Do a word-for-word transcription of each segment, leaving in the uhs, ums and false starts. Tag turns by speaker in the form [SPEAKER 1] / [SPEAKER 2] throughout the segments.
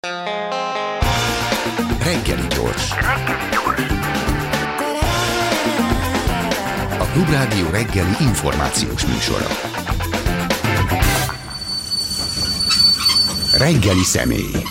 [SPEAKER 1] Reggeli gyors. A Klubrádió reggeli információs műsora. Reggeli személy.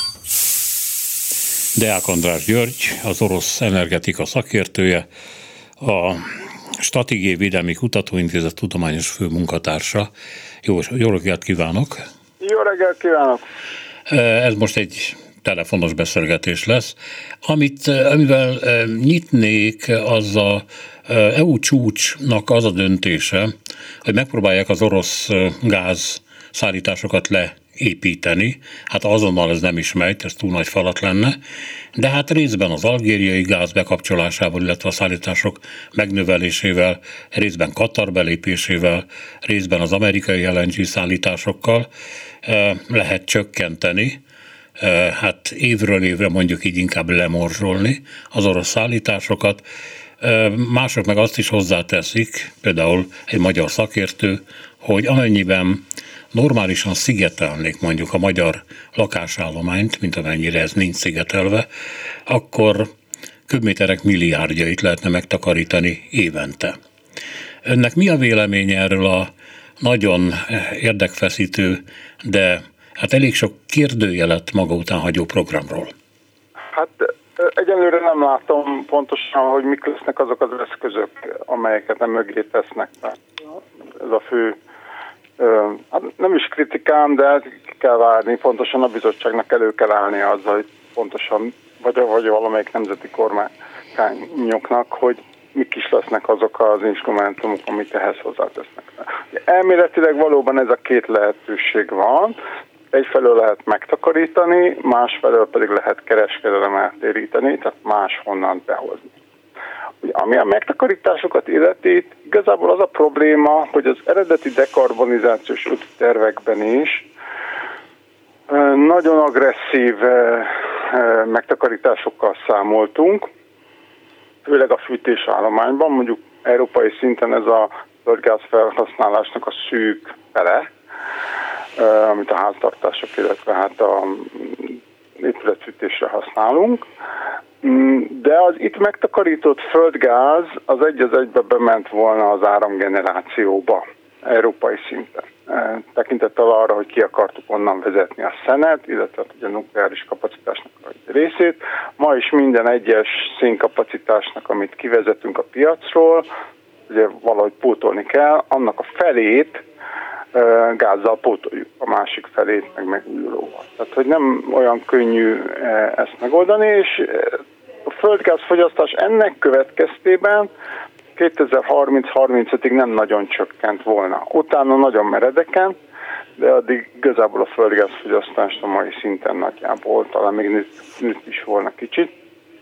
[SPEAKER 2] Deák András György, az orosz energetika szakértője, a Stratégiai Védelmi Kutatóintézet tudományos főmunkatársa. Jó, jó reggelt kívánok!
[SPEAKER 3] Jó reggelt kívánok!
[SPEAKER 2] Ez most egy telefonos beszélgetés lesz. Amit, amivel nyitnék, az a é u csúcsnak az a döntése, hogy megpróbálják az orosz gáz szállításokat leépíteni. Hát azonnal ez nem is megy, ez túl nagy falat lenne, de hát részben az algériai gáz bekapcsolásával, illetve a szállítások megnövelésével, részben Katar belépésével, részben az amerikai el en gé szállításokkal lehet csökkenteni, hát évről évre mondjuk így inkább lemorzsolni az orosz szállításokat. Mások meg azt is hozzáteszik, például egy magyar szakértő, hogy amennyiben normálisan szigetelnék mondjuk a magyar lakásállományt, mint amennyire ez nincs szigetelve, akkor köbméterek milliárdjait lehetne megtakarítani évente. Önnek mi a véleménye erről a nagyon érdekfeszítő, de hát elég sok kérdőjelet maga után hagyó programról?
[SPEAKER 3] Hát egyelőre nem látom pontosan, hogy mik lesznek azok az eszközök, amelyeket nem mögé tesznek. Ez a fő, hát nem is kritikám, de ki kell várni, pontosan a bizottságnak elő kell állni azzal, hogy pontosan, vagy, vagy valamelyik nemzeti kormányoknak, hogy mik is lesznek azok az instrumentumok, amit ehhez hozzátesznek. Elméletileg valóban ez a két lehetőség van. Egyfelől lehet megtakarítani, másfelől pedig lehet kereskedelem eltéríteni, tehát máshonnan behozni. Ami a megtakarításokat illeti, igazából az a probléma, hogy az eredeti dekarbonizációs úti tervekben is nagyon agresszív megtakarításokkal számoltunk, főleg a fűtésállományban, mondjuk európai szinten ez a földgáz felhasználásnak a szűk fele, amit a háztartások, illetve hát a épületfűtésre használunk. De az itt megtakarított földgáz az egy az egybe bement volna az áramgenerációba, európai szinten. Tekintettel arra, hogy ki akartuk onnan vezetni a szenet, illetve a nukleáris kapacitásnak a részét. Ma is minden egyes szénkapacitásnak, amit kivezetünk a piacról, ugye valahogy pótolni kell, annak a felét gázzal pótoljuk, a másik felét meg megújulóval. Tehát, hogy nem olyan könnyű ezt megoldani, és a földgázfogyasztás ennek következtében kétezer-harminc-harmincötig nem nagyon csökkent volna. Utána nagyon meredeken, de addig igazából a földgázfogyasztást a mai szinten nagyjából, talán még nőtt, nőtt is volna kicsit,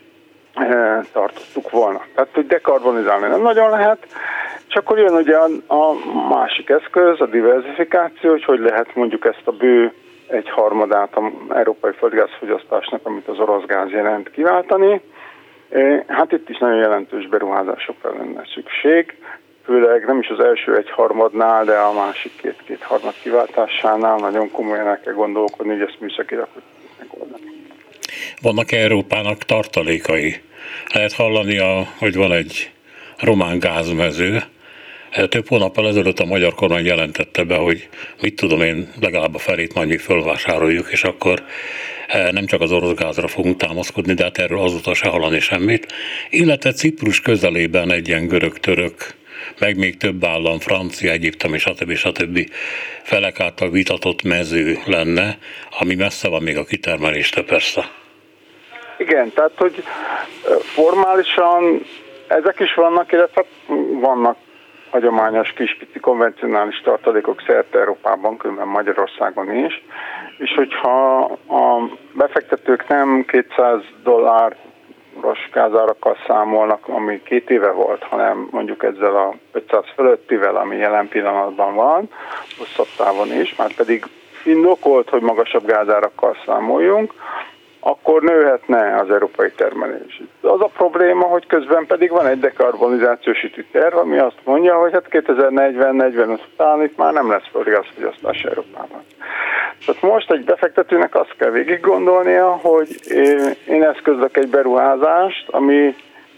[SPEAKER 3] tartottuk volna. Tehát, hogy dekarbonizálni nem nagyon lehet, és akkor jön ugye a, a másik eszköz, a diversifikáció, hogy hogy lehet mondjuk ezt a bő egyharmadát az európai földgázfogyasztásnak, amit az orosz gáz jelent, kiváltani. Hát itt is nagyon jelentős beruházásokra lenne szükség, főleg nem is az első egyharmadnál, de a másik két-két harmad kiváltásánál nagyon komolyan el kell gondolkodni, hogy ezt műszakilag hogy megoldani.
[SPEAKER 2] Vannak Európának tartalékai? Lehet hallani, a, hogy van egy román gázmező. Több hónappal ezelőtt a magyar kormány jelentette be, hogy mit tudom én, legalább a felét majd mi fölvásároljuk, és akkor nem csak az orosz gázra fogunk támaszkodni, de hát erről azóta se hallani semmit. Illetve Ciprus közelében egy ilyen görög-török, meg még több állam, Francia, Egyiptom, stb. stb. Felek által vitatott mező lenne, ami messze van még a kitermeléstől persze.
[SPEAKER 3] Igen, tehát hogy formálisan ezek is vannak, illetve vannak hagyományos kispici konvencionális tartalékok szerte Európában, különben Magyarországon is, és hogyha a befektetők nem kétszáz dolláros gázárakkal számolnak, ami két éve volt, hanem mondjuk ezzel a ötszáz fölöttivel, ami jelen pillanatban van, hosszabb távon is, már pedig indokolt, hogy magasabb gázárakkal számoljunk, akkor nőhetne az európai termelés. Az a probléma, hogy közben pedig van egy dekarbonizációs ütemterv, ami azt mondja, hogy hát kétezer-negyven-negyvenöt után itt már nem lesz földgázfogyasztás Európában. Tehát most egy befektetőnek azt kell végig gondolnia, hogy én eszközök egy beruházást, ami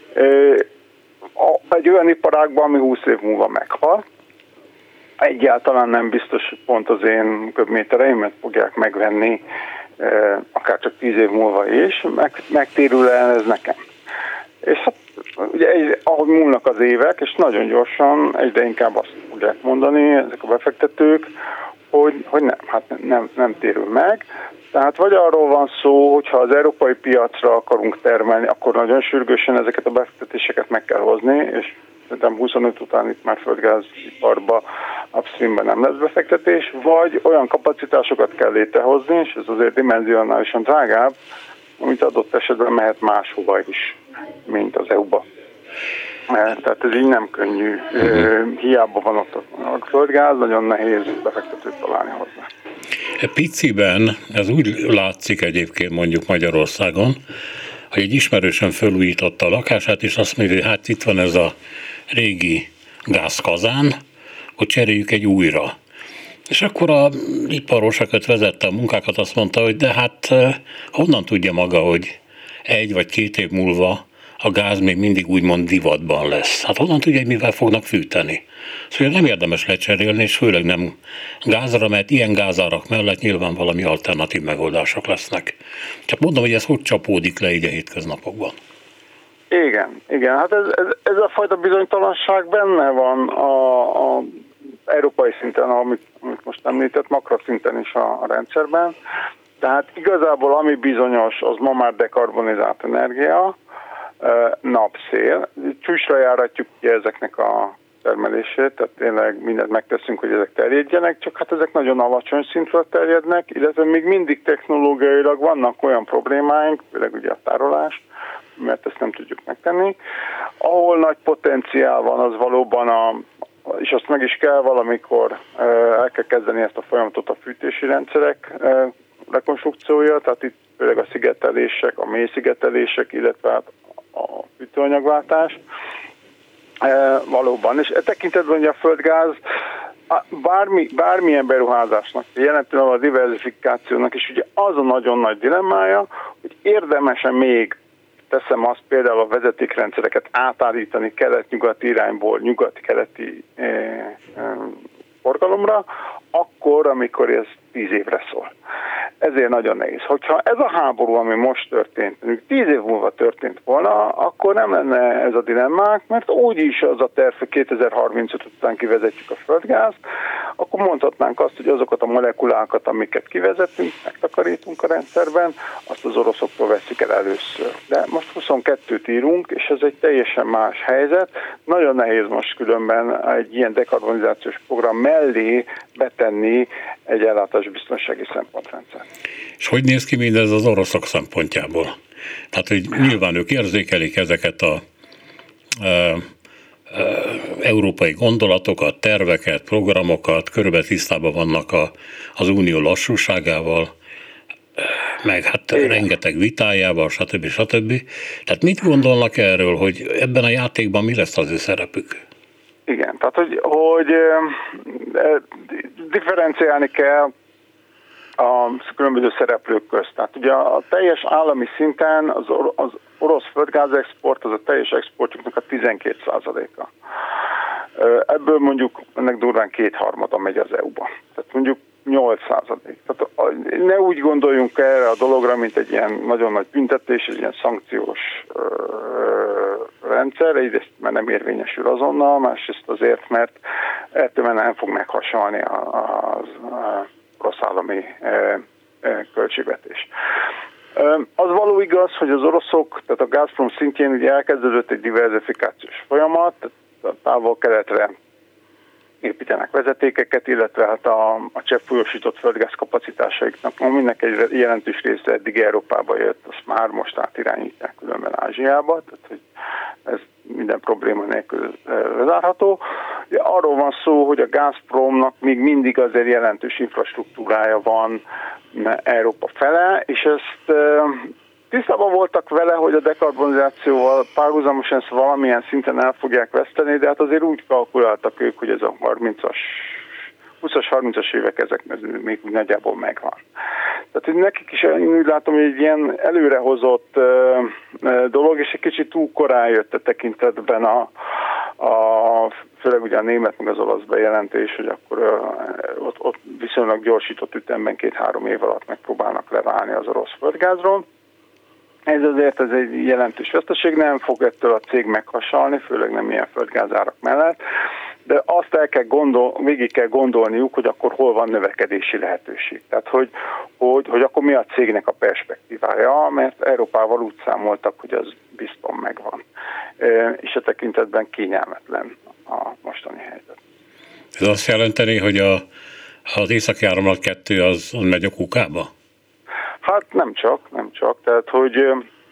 [SPEAKER 3] egy olyan iparágban, ami húsz év múlva meghal. Egyáltalán nem biztos, hogy pont az én köbmétereimet fogják megvenni, akár csak tíz év múlva is, meg, megtérül el ez nekem. És hát ugye egy, ahogy múlnak az évek, és nagyon gyorsan egyre inkább azt fogják mondani ezek a befektetők, hogy, hogy nem, hát nem, nem térül meg. Tehát vagy arról van szó, hogyha az európai piacra akarunk termelni, akkor nagyon sürgősen ezeket a befektetéseket meg kell hozni, és szerintem huszonöt után itt már földgáziparba, upstreamben nem lesz befektetés, vagy olyan kapacitásokat kell létrehozni, és ez azért dimenzionálisan drágább, amit adott esetben mehet máshova is, mint az é u-ba. Tehát ez így nem könnyű. Uh-huh. Hiába van ott a földgáz, nagyon nehéz befektetőt találni hozzá.
[SPEAKER 2] Piciben ez úgy látszik egyébként mondjuk Magyarországon, hogy egy ismerősen felújította a lakását, és azt mondja, hogy hát itt van ez a régi gázkazán, hogy cseréljük egy újra. És akkor a iparos, akit vezette a munkákat, azt mondta, hogy de hát honnan tudja maga, hogy egy vagy két év múlva a gáz még mindig úgymond divatban lesz. Hát honnan tudja, hogy mivel fognak fűteni? Szóval nem érdemes lecserélni, és főleg nem gázra, mert ilyen gázárak mellett nyilván valami alternatív megoldások lesznek. Csak mondom, hogy ez hogy csapódik le így a hétköznapokban.
[SPEAKER 3] Igen, igen. Hát ez, ez, ez a fajta bizonytalanság benne van a, a európai szinten, amit, amit most említett, makroszinten is a, a rendszerben. Tehát igazából ami bizonyos, az ma már dekarbonizált energia, napszél. Csúcsra járatjuk ki ezeknek a termelését, tehát tényleg mindent megteszünk, hogy ezek terjedjenek, csak hát ezek nagyon alacsony szintről terjednek, illetve még mindig technológiailag vannak olyan problémáink, például ugye a tárolás, mert ezt nem tudjuk megtenni. Ahol nagy potenciál van, az valóban a, és azt meg is kell valamikor el kell kezdeni ezt a folyamatot a fűtési rendszerek rekonstrukciója, tehát itt például a szigetelések, a mély szigetelések, illetve hát a fűtőanyagváltás. E, valóban, és e tekintetben ugye a földgáz bármi, bármilyen beruházásnak, jelentően a diversifikációnak is ugye az a nagyon nagy dilemmája, hogy érdemesen még teszem azt például a vezetékrendszereket átállítani kelet-nyugati irányból nyugati-keleti e, e, forgalomra, akkor, amikor ez tíz évre szól. Ezért nagyon nehéz. Hogyha ez a háború, ami most történt, tíz év múlva történt volna, akkor nem lenne ez a dilemmák, mert úgyis az a terv, hogy kétezer-harmincöt után kivezetjük a földgázt, akkor mondhatnánk azt, hogy azokat a molekulákat, amiket kivezetünk, megtakarítunk a rendszerben, azt az oroszoktól veszik el először. De most huszonkettőt írunk, és ez egy teljesen más helyzet. Nagyon nehéz most különben egy ilyen dekarbonizációs program mellé betenni egy ellátásbiztonsági szempontrendszer.
[SPEAKER 2] És hogy néz ki mindez az oroszok szempontjából? Tehát, hogy nyilván ők érzékelik ezeket a e, e, európai gondolatokat, terveket, programokat, körülbelül tisztában vannak a, az unió lassúságával, meg hát igen, rengeteg vitájával, stb. stb. Tehát mit gondolnak erről, hogy ebben a játékban mi lesz az ő szerepük?
[SPEAKER 3] Igen, tehát hogy, hogy differenciálni kell a különböző szereplők közt. Tehát ugye a teljes állami szinten az, or- az orosz földgázexport az a teljes exportjuknak a tizenkét százaléka. Ebből mondjuk ennek durván kétharmada megy az é u-ba. Tehát mondjuk nyolc százalék. Tehát ne úgy gondoljunk erre a dologra, mint egy ilyen nagyon nagy büntetés, egy ilyen szankciós ö, rendszer, egyrészt mert nem érvényesül azonnal, másrészt azért, mert ettől nem fog meghasalni az orosz állami ö, ö, költségvetés. Az való igaz, hogy az oroszok, tehát a Gazprom szintjén ugye elkezdődött egy diversifikációs folyamat, tehát a távol-keletre építenek vezetékeket, illetve hát a, a cseppfolyósított földgáz kapacitásaiknak mindenki egy jelentős része eddig Európába jött, azt már most átirányítják különben Ázsiába, tehát hogy ez minden probléma nélkül lezárható. Arról van szó, hogy a Gazpromnak még mindig azért jelentős infrastruktúrája van Európa fele, és ezt tisztában voltak vele, hogy a dekarbonizációval párhuzamosan ezt valamilyen szinten el fogják veszteni, de hát azért úgy kalkuláltak ők, hogy ez a harmincas, húszas, harmincas évek ezek még úgy nagyjából megvan. Tehát hogy nekik is én úgy látom, hogy egy ilyen előrehozott uh, dolog, és egy kicsit túl korán jött a tekintetben a, a főleg ugye a német meg az olasz bejelentés, hogy akkor uh, ott, ott viszonylag gyorsított ütemben két-három év alatt megpróbálnak leválni az orosz földgázról. Ez azért ez egy jelentős veszteség, nem fog ettől a cég meghasalni, főleg nem ilyen földgázárak mellett, de azt el kell gondol, végig kell gondolniuk, hogy akkor hol van növekedési lehetőség. Tehát, hogy, hogy, hogy akkor mi a cégnek a perspektívája, mert Európával úgy számoltak, hogy az bizton megvan. És a tekintetben kényelmetlen a mostani helyzet.
[SPEAKER 2] Ez azt jelenteni, hogy a, az Északi Áramlat kettő az, az megy a kukába?
[SPEAKER 3] Hát nem csak, nem csak. Tehát, hogy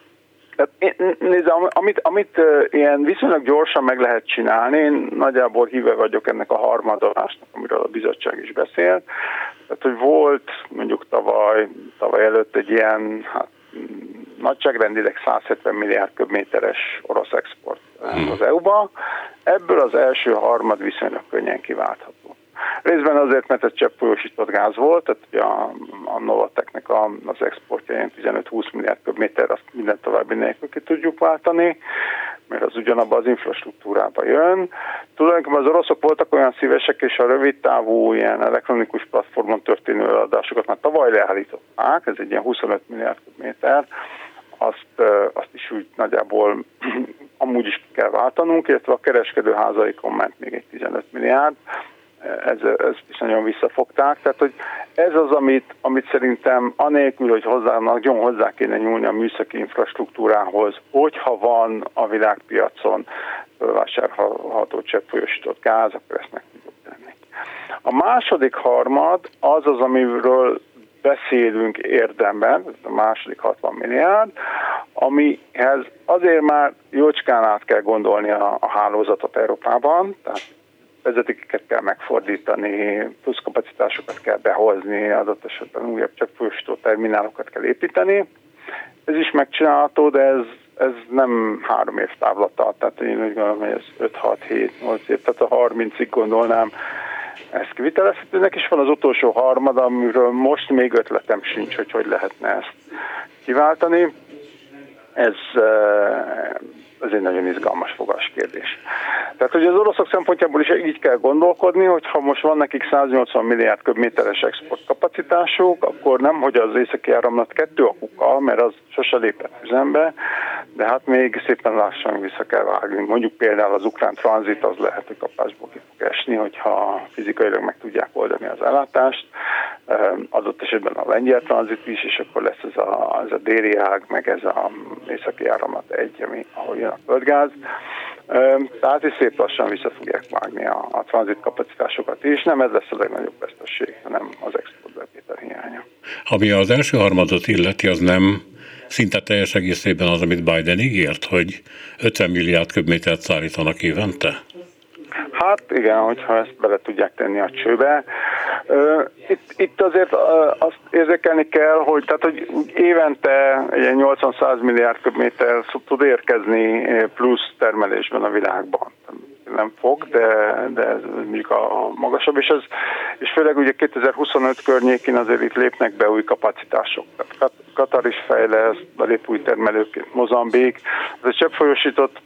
[SPEAKER 3] tehát, nézd, amit, amit ilyen viszonylag gyorsan meg lehet csinálni, én nagyjából híve vagyok ennek a harmadolásnak, amiről a bizottság is beszél. Tehát, hogy volt mondjuk tavaly, tavaly előtt egy ilyen, hát, nagyságrendileg száz hetven milliárd köbméteres orosz export az é u-ba. Ebből az első harmad viszonylag könnyen kiváltható. Részben azért, mert ez cseppfolyósított gáz volt, tehát ugye a, a Novateknek a, az exportja ilyen tizenöt-húsz milliárd köbméter, azt minden további nélkül ki tudjuk váltani, mert az ugyanabban az infrastruktúrába jön. Tulajdonképpen az oroszok voltak olyan szívesek, és a rövid távú ilyen elektronikus platformon történő eladásokat már tavaly leállították, ez egy ilyen huszonöt milliárd köbméter, azt, azt is úgy nagyjából amúgy is kell váltanunk, illetve a kereskedőházaikon ment még egy tizenöt milliárd, Ez, ezt is nagyon visszafogták. Tehát, hogy ez az, amit, amit szerintem anélkül, hogy hozzá, nagyon hozzá kéne nyúlni a műszaki infrastruktúrához, hogyha van a világpiacon vásárolható cseppfolyósított gáz, akkor ezt meg tudjuk tenni. A második harmad az az, amiről beszélünk érdemben, ez a második hatvan milliárd, amihez azért már jócskán át kell gondolni a, a hálózatot Európában, tehát vezetékeket kell megfordítani, plusz kapacitásokat kell behozni, adott esetben újabb cseppfolyósító terminálokat kell építeni. Ez is megcsinálható, de ez, ez nem három év távlata, tehát én úgy gondolom, hogy ez öt hat hét nyolc év, tehát a harmincig gondolnám ezt kivitelezhetőnek, és van az utolsó harmad, amiről most még ötletem sincs, hogy hogy lehetne ezt kiváltani. Ez, ez egy nagyon izgalmas fogaskérdés. Tehát, hogy az oroszok szempontjából is így kell gondolkodni, hogy ha most van nekik száznyolcvan milliárd köbméteres exportkapacitásuk, akkor nem, hogy az Északi Áramlat kettő a kuka, mert az sose lépett üzembe, de hát még szépen lassan vissza kell vágni. Mondjuk például az ukrán tranzit az lehet, hogy kapásból ki fog esni, hogyha fizikailag meg tudják oldani az ellátást. Adott esetben a lengyel tranzit is, és akkor lesz ez a, ez a déli ág, meg ez a Északi Áramlat egy, ami, ahol jön a földgáz. Tehát is szép lassan vissza fogják vágni a, a tranzit kapacitásokat is. Nem ez lesz a legnagyobb veszteség, hanem az exportbevétel hiánya.
[SPEAKER 2] Ami az első harmadot illeti, az nem szinte teljes egészében az, amit Biden ígért, hogy ötven milliárd köbmétert szállítanak évente?
[SPEAKER 3] Hát igen, hogyha ezt bele tudják tenni a csőbe. Itt, itt azért azt érzékelni kell, hogy, tehát, hogy évente egy nyolcvan-száz milliárd köbméter tud érkezni plusz termelésben a világban. Nem fog, de, de ez mondjuk a magasabb, és, ez, és főleg ugye kétezer-huszonöt környékén azért itt lépnek be új kapacitások. Tehát Katar is fejleszt, belép új termelőként, Mozambik. Ez egy cseppfolyósított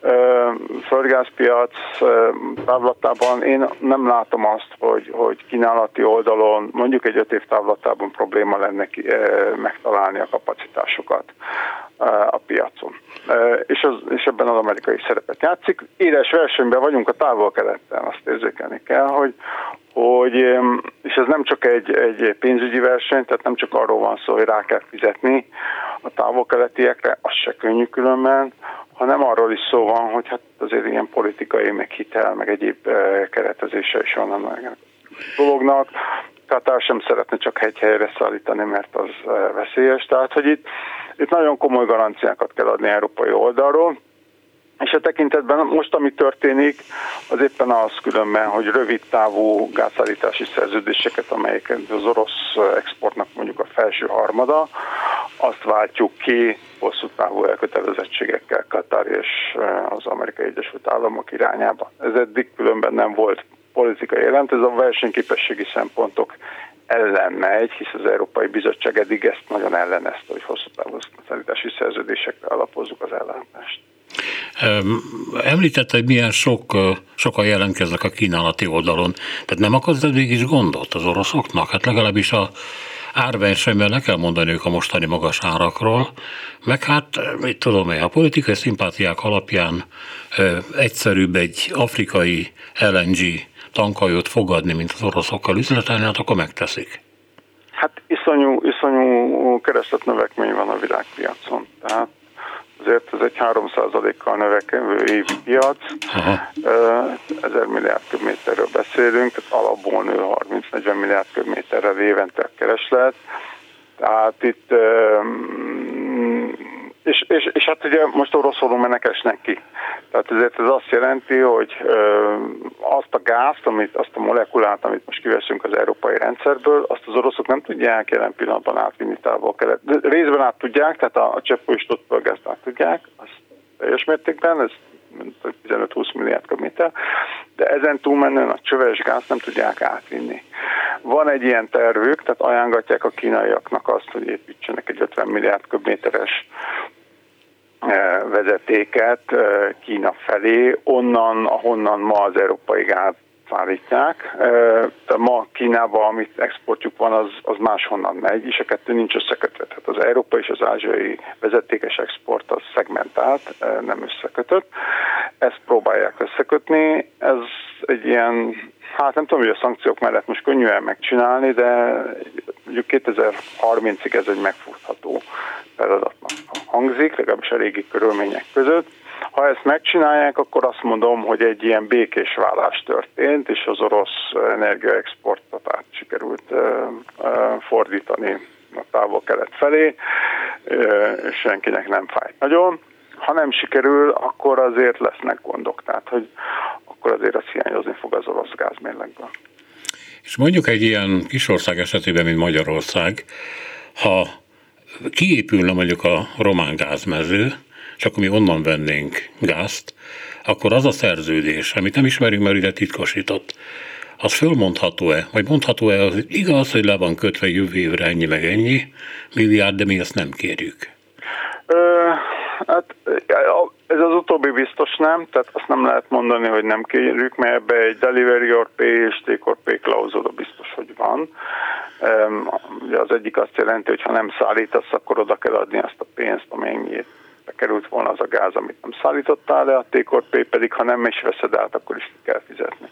[SPEAKER 3] földgázpiac távlatában én nem látom azt, hogy, hogy kínálati oldalon mondjuk egy öt év távlatában probléma lenne ki, megtalálni a kapacitásokat a piacon. És, az, és ebben az amerikai szerepet játszik. Éles versenyben vagyunk a Távol-Keleten, azt érzékelni kell, hogy, hogy és ez nem csak egy, egy pénzügyi verseny, tehát nem csak arról van szó, hogy rá kell fizetni a távol-keletiekre, az se könnyű különben, hanem arról is szó van, hogy hát azért ilyen politikai, meg hitel, meg egyéb keretezése is van a dolognak. Katar sem szeretne csak egy helyre szállítani, mert az veszélyes. Tehát, hogy itt, itt nagyon komoly garanciákat kell adni európai oldalról, és a tekintetben most, ami történik, az éppen az különben, hogy rövid távú gázszállítási szerződéseket, amelyeket az orosz exportnak mondjuk a felső harmada, azt váltjuk ki hosszú távú elkötelezettségekkel Katar és az Amerikai Egyesült Államok irányába. Ez eddig különben nem volt politikai jelent, ez a versenyképességi szempontok ellen megy, hisz az Európai Bizottság eddig ezt nagyon ellenezte, hogy hosszú távú szállítási szerződésekre alapozzuk az ellátást.
[SPEAKER 2] Említette, hogy milyen sok, sokan jelentkeznek a kínálati oldalon. Tehát nem okoz ez végig is gondot az oroszoknak? Hát legalábbis a árversenyben le kell mondani ők a mostani magas árakról, meg hát, mit tudom én, a politikai szimpátiák alapján ö, egyszerűbb egy afrikai el en gé tankhajót fogadni, mint az oroszokkal üzletelni, hát akkor megteszik.
[SPEAKER 3] Hát iszonyú, iszonyú keresletnövekmény van a világpiacon, tehát azért ez egy három százalékkal növekvő évi piac, aha. ezer milliárd köbméterről beszélünk, tehát alapból nő harminc-negyven milliárd köbméterrel évente a kereslet, tehát itt, és, és, és hát ugye most orosz volumenek esnek ki, tehát ezért ez azt jelenti, hogy azt a gázt, amit, azt a molekulát, amit most kiveszünk az európai rendszerből, azt az oroszok nem tudják jelen pillanatban átvinni távol-kelet. Részben át tudják, tehát a, a cseppfolyósított földgázt át tudják, az teljes mértékben, ez tizenöt-húsz milliárd köbméter, de ezen túlmenően a csöves gázt nem tudják átvinni. Van egy ilyen tervük, tehát ajánlatják a kínaiaknak azt, hogy építsenek egy ötven milliárd köbméteres vezetéket Kína felé, onnan, ahonnan ma az európai gáz szállítják. De ma Kínában, amit exportjuk van, az, az máshonnan megy, és a kettő nincs összekötve. Tehát az európai és az ázsiai vezetékes export az szegmentált, nem összekötött. Ezt próbálják összekötni. Ez egy ilyen, hát nem tudom, hogy a szankciók mellett most könnyűen megcsinálni, de mondjuk kétezer-harmincig ez egy megfutható feladatnak hangzik, legalábbis a régi körülmények között. Ha ezt megcsinálják, akkor azt mondom, hogy egy ilyen békés válás történt, és az orosz energiaexportot át sikerült fordítani a távol-kelet felé, és senkinek nem fájt nagyon. Ha nem sikerül, akkor azért lesznek gondok, tehát hogy akkor azért az hiányozni fog az orosz gázmérlegből.
[SPEAKER 2] És mondjuk egy ilyen kisország esetében, mint Magyarország, ha kiépülne mondjuk a román gázmező, és akkor mi onnan vennénk gázt, akkor az a szerződés, amit nem ismerünk, mert ide titkosított, az fölmondható-e? Vagy mondható-e, az igaz, hogy le van kötve jövő évre ennyi meg ennyi milliárd, de mi ezt nem kérjük?
[SPEAKER 3] Ö, hát ez az utóbbi biztos nem, tehát azt nem lehet mondani, hogy nem kérjük, mert ebbe egy delivery or pay és take or pay klauzula biztos, hogy van. Ugye az egyik azt jelenti, hogy ha nem szállítasz, akkor oda kell adni azt a pénzt, amennyit bekerült volna az a gáz, amit nem szállítottál le, a take or pay pedig, ha nem is veszed át, akkor is kell fizetni.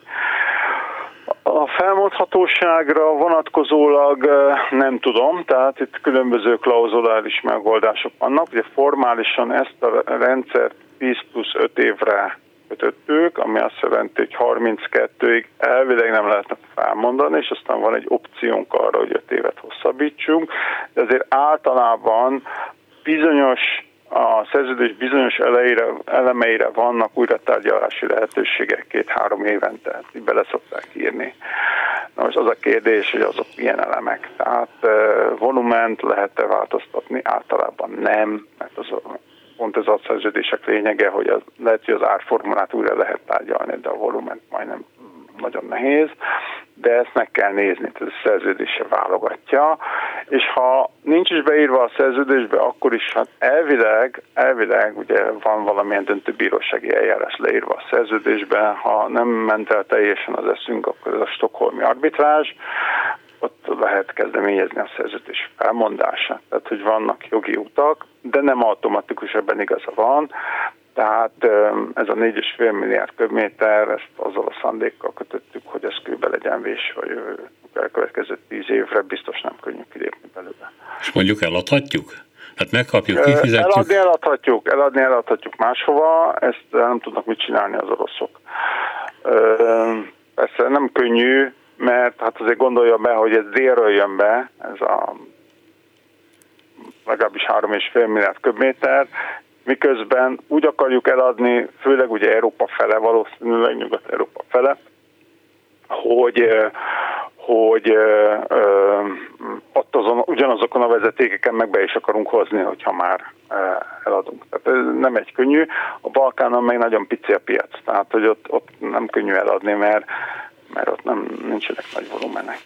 [SPEAKER 3] A felmondhatóságra vonatkozólag nem tudom, tehát itt különböző klauzulális megoldások vannak. Ugye formálisan ezt a rendszert tíz plusz öt évre kötöttük, ami azt jelenti, hogy harminckettőig elvileg nem lehetne felmondani, és aztán van egy opciónk arra, hogy öt évet hosszabbítsunk, de azért általában bizonyos a szerződés bizonyos elejére, elemeire vannak újratárgyalási lehetőségek két-három évente, így bele szokták írni. Na most az a kérdés, hogy azok milyen elemek. Tehát volument lehet-e változtatni? Általában nem, mert az a, pont ez a szerződések lényege, hogy az, lehet, hogy az árformulát újra lehet tárgyalni, de a volument majdnem nagyon nehéz, de ezt meg kell nézni, ez a szerződése válogatja, és ha nincs is beírva a szerződésbe, akkor is hát elvileg, elvileg ugye van valamilyen döntőbírósági eljárás leírva a szerződésben, ha nem ment el teljesen az eszünk, akkor ez a stockholmi arbitrázs, ott lehet kezdeményezni a szerződés felmondását, tehát hogy vannak jogi utak, de nem automatikus, ebben igaza van. Tehát ez a négy egész öt milliárd köbméter, ezt azzal a szándékkal kötöttük, hogy ez kőbe legyen vésve a jövő elkövetkező tíz évre, biztos nem könnyű kilépni belőle.
[SPEAKER 2] És mondjuk eladhatjuk? Hát megkapjuk, kifizetjük?
[SPEAKER 3] Eladni eladhatjuk, eladni eladhatjuk máshova, ezt nem tudnak mit csinálni az oroszok. Persze nem könnyű, mert hát azért gondolja be, hogy ez délről jön be, ez a legalábbis három egész öt milliárd köbméter, miközben úgy akarjuk eladni, főleg ugye Európa fele, valószínűleg Nyugat-Európa fele, hogy, hogy ott azon, ugyanazokon a vezetékeken meg be is akarunk hozni, hogyha már eladunk. Tehát ez nem egy könnyű. A Balkánon meg nagyon pici a piac, tehát hogy ott, ott nem könnyű eladni, mert, mert ott nem, nincsenek nagy volumenek.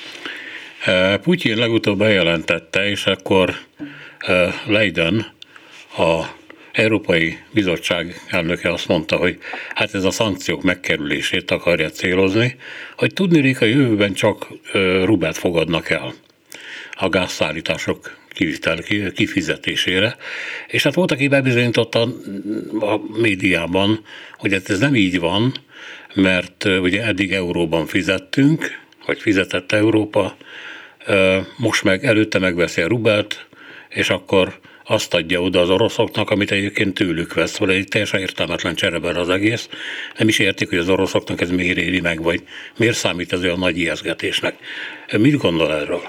[SPEAKER 2] Putyin legutóbb bejelentette, és akkor Leiden, a Európai Bizottság elnöke azt mondta, hogy hát ez a szankciók megkerülését akarja célozni, hogy tudniillik a jövőben csak rubelt fogadnak el a gázszállítások kivitel, kifizetésére. És hát volt, aki bebizonyította a médiában, hogy hát ez nem így van, mert ugye eddig euróban fizettünk, vagy fizetett Európa, most meg előtte megveszi a rubelt, és akkor azt adja oda az oroszoknak, amit egyébként tőlük vesz. Szóval egy teljesen értelmetlen csereber az egész. Nem is értik, hogy az oroszoknak ez miért éri meg, vagy miért számít ez olyan nagy ijesztgetésnek. Mit gondol erről?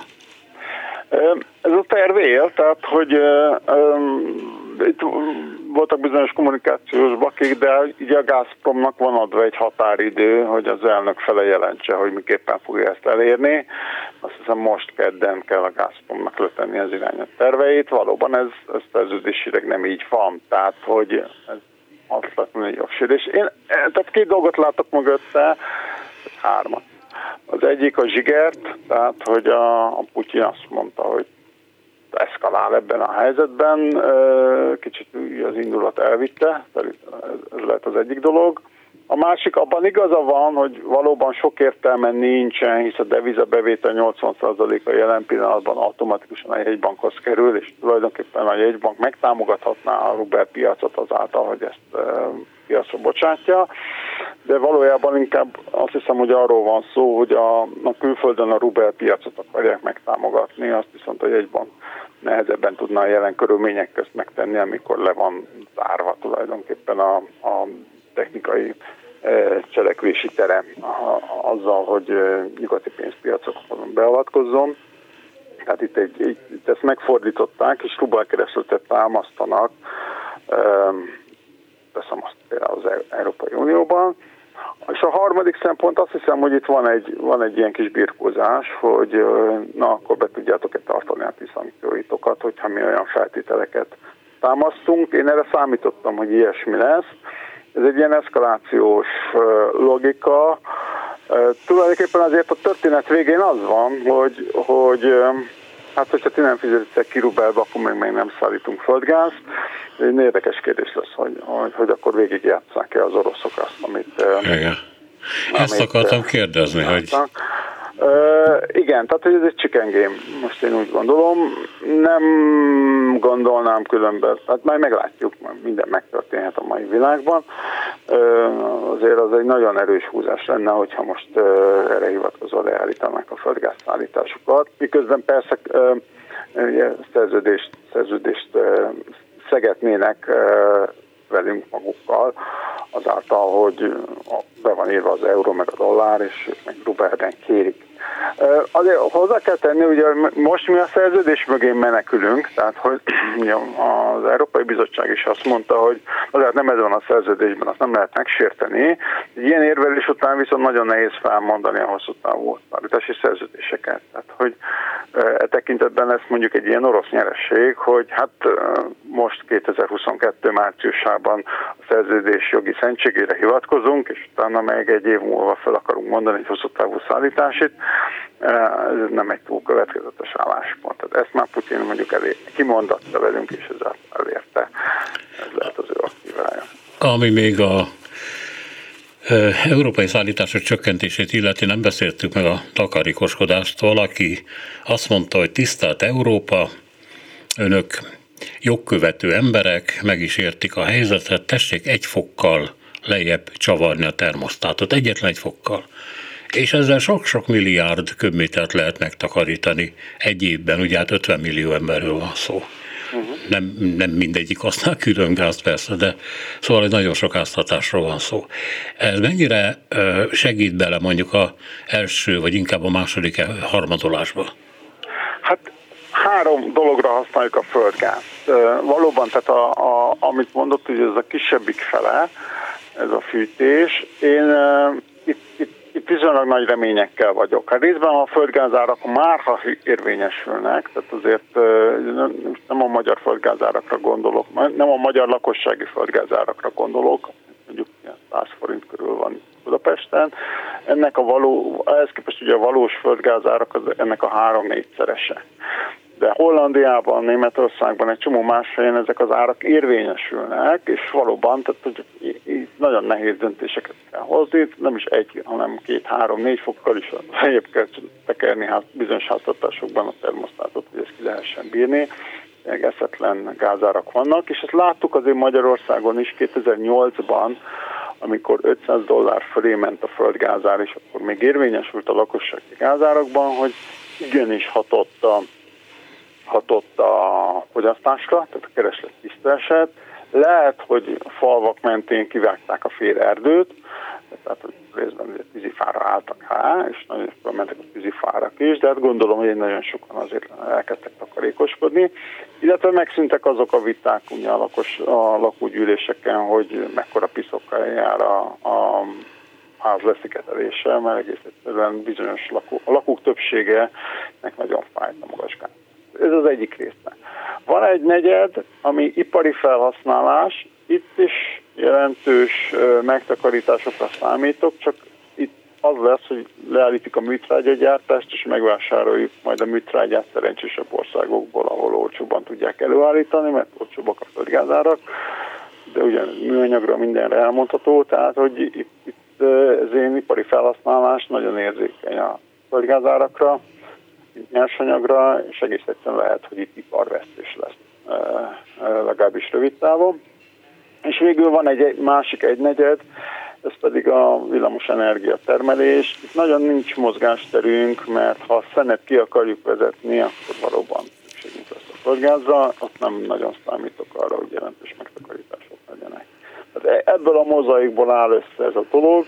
[SPEAKER 3] Ez a terv él, tehát, hogy itt voltak bizonyos kommunikációs bakik, de ugye a Gazpromnak van adva egy határidő, hogy az elnök fele jelentse, hogy miképpen fogja ezt elérni. Azt hiszem most kedden kell a Gazpromnak letenni az irányos terveit. Valóban ez, ez szerződésileg nem így van, tehát hogy ez azt látom, hogy jogsérés. Én tehát két dolgot látok mögötte, hármat. Az egyik a zsigert, tehát hogy a, a Putyin azt mondta, hogy eszkalál ebben a helyzetben, kicsit az indulat elvitte, ez lehet az egyik dolog. A másik, abban igaza van, hogy valóban sok értelme nincsen, hisz a devizabevétel nyolcvan százaléka jelen pillanatban automatikusan a jegybankhoz kerül, és tulajdonképpen a jegybank megtámogathatná a rubel piacot azáltal, hogy ezt piacra bocsátja, de valójában inkább azt hiszem, hogy arról van szó, hogy a, a külföldön a rubel piacot akarják megtámogatni, azt viszont a jegybank nehezebben tudna a jelen körülmények közt megtenni, amikor le van zárva tulajdonképpen a, a technikai e, cselekvési tere a, azzal, hogy e, nyugati pénzpiacokon beavatkozzon. Tehát itt, egy, egy, itt ezt megfordították, és rubelkeresletet támasztanak, e, teszem azt például az Európai Unióban. És a harmadik szempont azt hiszem, hogy itt van egy, van egy ilyen kis birkózás, hogy na akkor be tudjátok-e tartani a ti szankcióitokat, hogyha mi olyan feltételeket támasztunk. Én erre számítottam, hogy ilyesmi lesz. Ez egy ilyen eszkalációs logika. Tulajdonképpen azért a történet végén az van, hogy, hogy hát hogyha ti nem fizetitek ki rubelbe, akkor még, még nem szállítunk földgázt. Egy érdekes kérdés lesz, hogy, hogy, hogy akkor végigjátsszák-e az oroszok azt, amit...
[SPEAKER 2] Igen. Ezt amit, akartam kérdezni, hogy...
[SPEAKER 3] Uh, igen, tehát hogy ez egy chicken game, most én úgy gondolom. Nem gondolnám különben, tehát majd meglátjuk, minden megtörténhet a mai világban. Uh, azért az egy nagyon erős húzás lenne, hogyha most uh, erre hivatkozva leállítanák a földgázszállításukat. Miközben persze uh, szerződést, szerződést uh, szegetnének uh, velünk magukkal, azáltal, hogy be van írva az euró meg a dollár, és meg rubelben kérik. Azért hozzá kell tenni, ugye most mi a szerződés mögé menekülünk, tehát hogy az Európai Bizottság is azt mondta, hogy azért nem ez van a szerződésben, azt nem lehet megsérteni. Ilyen érvelés után viszont nagyon nehéz felmondani a hosszú távú szállítási szerződéseket. Tehát, hogy e tekintetben lesz mondjuk egy ilyen orosz nyeresség, hogy hát most kétezer-huszonkettő márciusában a szerződés jogi szentségére hivatkozunk, és utána meg egy év múlva fel akarunk mondani egy hosszú távú szállításit. Ez nem egy túl következetes álláspont. Tehát ezt már Putyin mondjuk elé, kimondatta velünk, és ezzel elérte. Ez lehet az ő aktívája.
[SPEAKER 2] Ami még a e, európai szállítások csökkentését illeti, nem beszéltük meg a takarékoskodást. Valaki azt mondta, hogy tisztelt Európa, önök jogkövető emberek, meg is értik a helyzetet, tessék egy fokkal lejjebb csavarni a termosztátot, egyetlen egy fokkal. És ezzel sok-sok milliárd köbmétert lehet megtakarítani egy évben, ugye hát ötven millió emberről van szó. Uh-huh. Nem, nem mindegyik használ külön gázt persze, de szóval egy nagyon sok háztartásról van szó. Ez mennyire segít bele mondjuk az első, vagy inkább a második harmadolásba?
[SPEAKER 3] Hát három dologra használjuk a földgázt. Valóban, tehát a, a, amit mondott, hogy ez a kisebbik fele, ez a fűtés. Én itt, itt Itt viszonylag nagy reményekkel vagyok. Hát részben a földgázárak már ha érvényesülnek, tehát azért nem a magyar földgázárakra gondolok, nem a magyar lakossági földgázárakra gondolok, mondjuk száz forint körül van Budapesten. Ennek a való, ehhez képest ugye a valós földgázárak az ennek a három-négyszerese. De Hollandiában, Németországban, egy csomó más helyen ezek az árak érvényesülnek, és valóban, tehát hogy itt nagyon nehéz döntéseket kell hozni, nem is egy, hanem két, három, négy fokkal is feljebb kell tekerni hát bizonyos háztartásokban a termosztátot, hogy ezt ki lehessen bírni. Egészetlen gázárak vannak, és ezt láttuk azért Magyarországon is kétezer-nyolcban, amikor ötszáz dollár fölé ment a földgázár, és akkor még érvényesült a lakossági gázárakban, hogy igenis hatott a hatott a fogyasztásra, tehát a kereslet visszaesett. Lehet, hogy a falvak mentén kivágták a fél erdőt, tehát hogy részben tűzifára álltak rá, és nagyon sokan mentek a tűzifárak is, de hát gondolom, hogy nagyon sokan azért elkezdtek takarékoskodni, illetve megszűntek azok a viták ugye a, lakos, a lakógyűléseken, hogy mekkora piszokkal jár a, a ház lesziketelése, mert egész egyszerűen bizonyos lakó, a lakók többségenek nagyon fájt a magas gáz. Ez az egyik része. Van egy negyed, ami ipari felhasználás, itt is jelentős megtakarításokra számítok, csak itt az lesz, hogy leállítik a műtrágyagyártást, és megvásároljuk majd a műtrágyát szerencsésebb országokból, ahol olcsóban tudják előállítani, mert olcsóbbak a földgázárak, de ugye műanyagra mindenre elmondható, tehát hogy itt, itt az én ipari felhasználás nagyon érzékeny a földgázárakra, nyersanyagra, és egész egyszerűen lehet, hogy itt iparvesztés lesz, legalábbis rövid távon. És végül van egy másik egynegyed, ez pedig a villamosenergia termelés. Itt nagyon nincs mozgásterünk, mert ha a szenet ki akarjuk vezetni, akkor valóban szükségünk lesz a földgázra, ott nem nagyon számítok arra, hogy jelentős megtakarítások legyenek. Tehát ebből a mozaikból áll össze ez a dolog.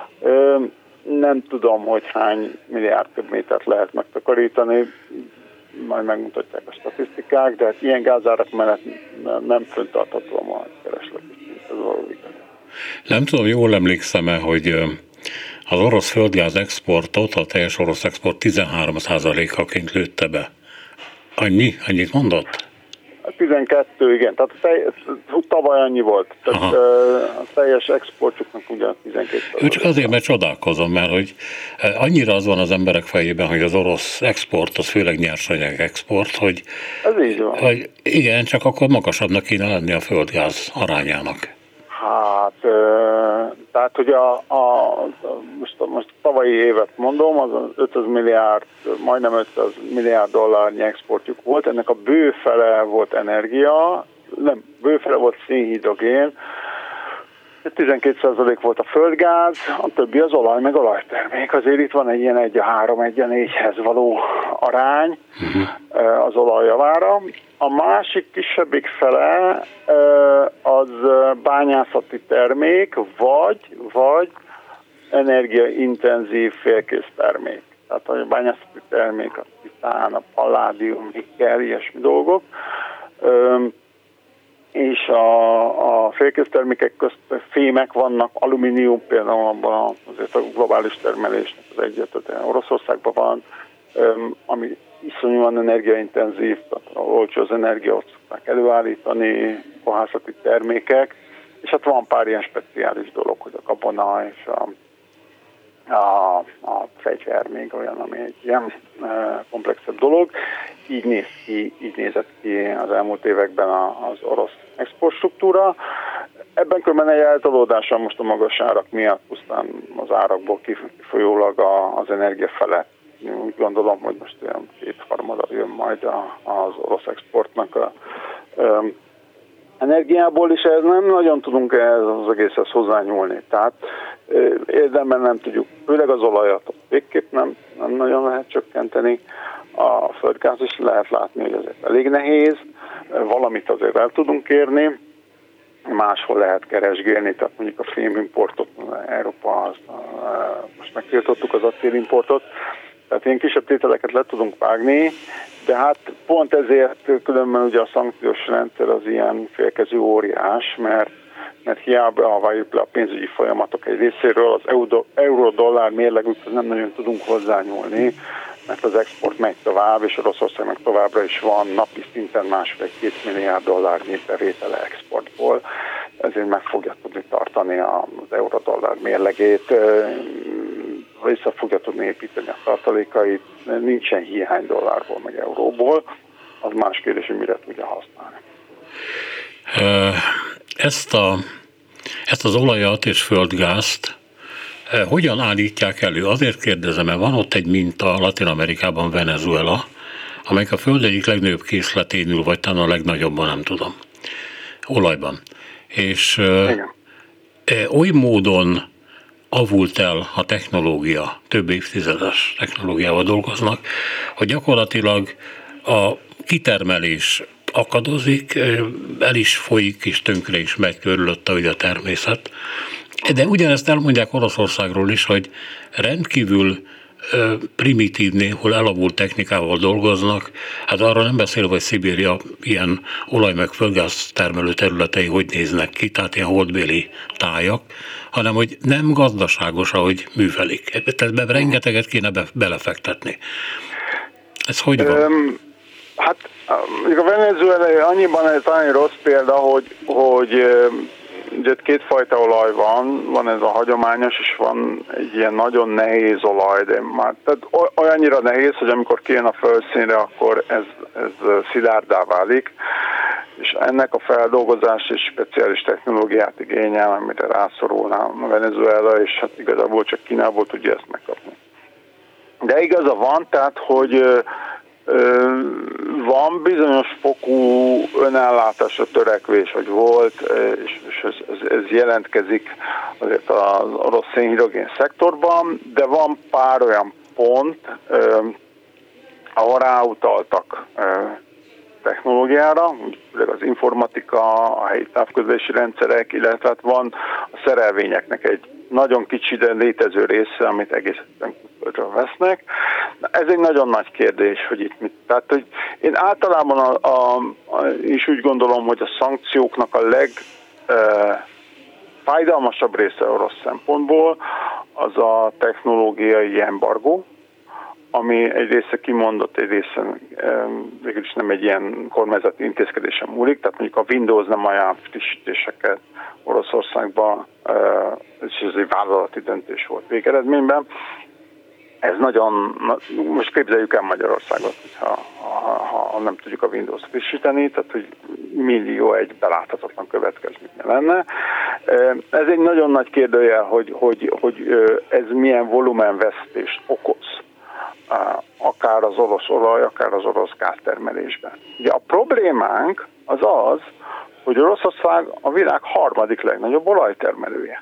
[SPEAKER 3] Nem tudom, hogy hány milliárd köbmétert lehet megtakarítani, majd megmutatják a statisztikák, de hát ilyen gázárak mellett nem fenntartható a ma kereslet is, mint ez való igaz.
[SPEAKER 2] Nem tudom, jól emlékszem-e, hogy az orosz földgáz exportot, a teljes orosz export tizenhárom százalékaként lőtte be. Annyi? Annyit mondott?
[SPEAKER 3] tizenkettő, igen, tehát tavaly annyi volt. Tehát a teljes exportjuknak ugye tizenkét százalék.
[SPEAKER 2] Ő csak azért, mert csodálkozom, mert hogy annyira az van az emberek fejében, hogy az orosz export, az főleg nyersanyag export, hogy,
[SPEAKER 3] ez így van.
[SPEAKER 2] Hogy igen, csak akkor magasabbnak kéne lenni a földgáz arányának.
[SPEAKER 3] Hát, tehát hogy a, a most, most tavalyi évet mondom, az ötszáz milliárd, majdnem ötszáz milliárd dollárnyi exportjuk volt, ennek a bőfele volt energia, nem, bőfele volt szénhidrogén, tizenkét százalék volt a földgáz, a többi az olaj, meg olajtermék. Azért itt van egy ilyen egy a három, egy a négyhez való arány uh-huh. az olaj javára. A másik kisebbik fele az bányászati termék, vagy, vagy energiaintenzív félkész termék. Tehát a bányászati termék, a titán, a palládium, nikkel, ilyesmi dolgok. És a, a félkész termékek közt fémek vannak, alumínium például abban azért a globális termelésnek az egyetlen Oroszországban van, ami iszonyúan energiaintenzív, tehát olcsó az energia, ott szokták előállítani, kohászati termékek, és hát van pár ilyen speciális dolog, hogy a gabona és a, a, a fegyver még olyan, ami egy ilyen e, komplexebb dolog. Így néz ki, így nézett ki az elmúlt években az orosz exportstruktúra. Ebben körben egy eltolódása most a magas árak miatt, pusztán az árakból kifolyólag az energia felett. Úgy gondolom, hogy most olyan kétharmada jön majd az orosz exportnak a um, energiából, és ez nem nagyon tudunk ehhez az egészhez hozzányúlni. Tehát érdemben nem tudjuk, főleg az olajat végképp nem, nem nagyon lehet csökkenteni. A földgáz is lehet látni, hogy azért elég nehéz, valamit azért el tudunk kérni, máshol lehet keresgélni, tehát mondjuk a fémimportot, Európa, az, most megtiltottuk az acélimportot, tehát ilyen kisebb tételeket le tudunk vágni, de hát pont ezért különben ugye a szankciós rendszer az ilyen félkezű óriás, mert, mert hiába vágjuk le a pénzügyi folyamatok egy részéről, az euró-dollár mérlegükhez nem nagyon tudunk hozzányúlni, mert az export megy tovább, és Oroszországnak továbbra is van napi szinten másfél-két milliárd dollárnyi bevétele exportból. ezért meg fogja tudni tartani az euró-dollár mérlegét, vissza fogja tudni építeni a tartalékait, nincsen hiány dollárból meg euróból, az más kérdés, hogy mire tudja használni.
[SPEAKER 2] Ezt, a, ezt az olajat és földgázt hogyan állítják elő? Azért kérdezem, mert van ott egy minta Latin-Amerikában, Venezuela, amelyik a föld egyik legnagyobb készletén ül, vagy talán a legnagyobban, nem tudom, olajban. És igen. Oly módon avult el a technológia, több évtizedes technológiával dolgoznak, hogy gyakorlatilag a kitermelés akadozik, el is folyik, és tönkre is megy körülötte ugye a természet. De ugyanezt elmondják Oroszországról is, hogy rendkívül primitív, néhol elavult technikával dolgoznak, hát arra nem beszélve, hogy Szibéria ilyen olaj- meg földgáz termelő területei hogy néznek ki, tehát ilyen holdbéli tájak, hanem hogy nem gazdaságos, ahogy művelik. Tehát rengeteget kéne be, belefektetni. Ez hogy van? Um,
[SPEAKER 3] hát a venezuelai annyiban ez nagyon rossz példa, hogy, hogy ugye kétfajta olaj van, van ez a hagyományos, és van egy ilyen nagyon nehéz olaj, de már tehát olyannyira nehéz, hogy amikor kijön a földszínre, akkor ez, ez szilárdá válik, és ennek a feldolgozás és speciális technológiát igényel, amire rászorulna a Venezuela, és hát igazából csak Kínából tudja ezt megkapni. De igaza van, tehát, hogy van bizonyos fokú önellátásra törekvés, hogy volt, és ez, ez, ez jelentkezik azért az orosz szénhidrogén szektorban, de van pár olyan pont, ahol ráutaltak technológiára, főleg az informatika, a helyi távközlési rendszerek, illetve hát van a szerelvényeknek egy nagyon kicsi, de létező része, amit egészen külföldről vesznek. Ez egy nagyon nagy kérdés, hogy itt mit. Tehát, hogy én általában a, a, a, is úgy gondolom, hogy a szankcióknak a leg e, fájdalmasabb része orosz szempontból az a technológiai embargó, ami egy része kimondott, egy része e, végül is nem egy ilyen kormányzati intézkedésen múlik, tehát mondjuk a Windows nem ajánl frissítéseket Oroszországban, e, és ez egy vállalati döntés volt végeredményben. Ez nagyon, most képzeljük el Magyarországot, ha, ha, ha nem tudjuk a Windows-t frissíteni, tehát hogy millió egy beláthatatlan következménye lenne. Ez egy nagyon nagy kérdőjel, hogy, hogy, hogy ez milyen volumenvesztést okoz, akár az orosz olaj, akár az orosz gáztermelésben. Ugye a problémánk az az, hogy Oroszország a világ harmadik legnagyobb olajtermelője.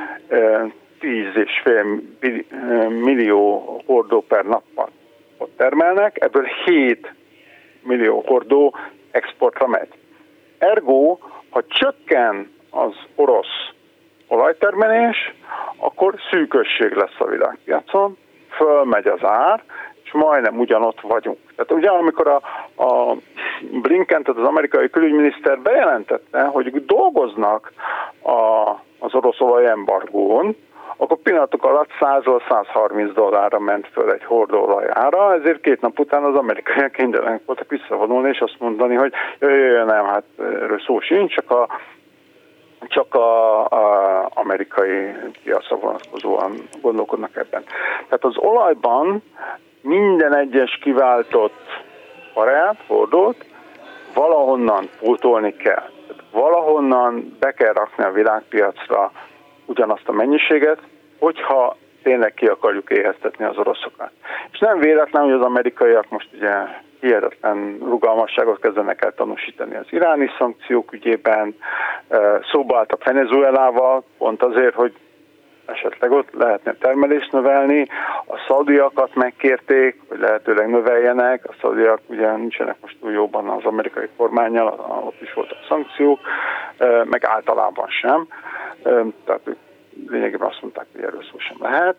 [SPEAKER 3] tíz és fél millió hordó per nappal ott termelnek, ebből hét millió hordó exportra megy. Ergo, ha csökken az orosz olajtermelés, akkor szűkösség lesz a világpiacon, fölmegy az ár, és majdnem ugyanott vagyunk. Tehát ugye amikor a, a Blinken, tehát az amerikai külügyminiszter bejelentette, hogy dolgoznak a, az orosz olajembargón, akkor pillanatok alatt százról százharminc dollárra ment föl egy hordóolaj ára, ezért két nap után az amerikaiak kénytelenek voltak visszavonulni, és azt mondani, hogy jöjjön, nem, hát erről szó sincs, csak a csak a, a amerikai piacra vonatkozóan gondolkodnak ebben. Tehát az olajban minden egyes kiváltott barát, hordót valahonnan pótolni kell. Tehát valahonnan be kell rakni a világpiacra ugyanazt a mennyiséget, hogyha tényleg ki akarjuk éheztetni az oroszokat. És nem véletlen, hogy az amerikaiak most ugye hihetetlen rugalmasságot kezdenek el tanúsítani az iráni szankciók ügyében, szóba álltak Venezuelával, pont azért, hogy esetleg ott lehetne termelést növelni. A szaudiakat megkérték, hogy lehetőleg növeljenek. A szaudiak ugye nincsenek most túl jóban az amerikai kormánnyal, ott is voltak szankciók, meg általában sem. Tehát lényegében azt mondták, hogy erről szó sem lehet.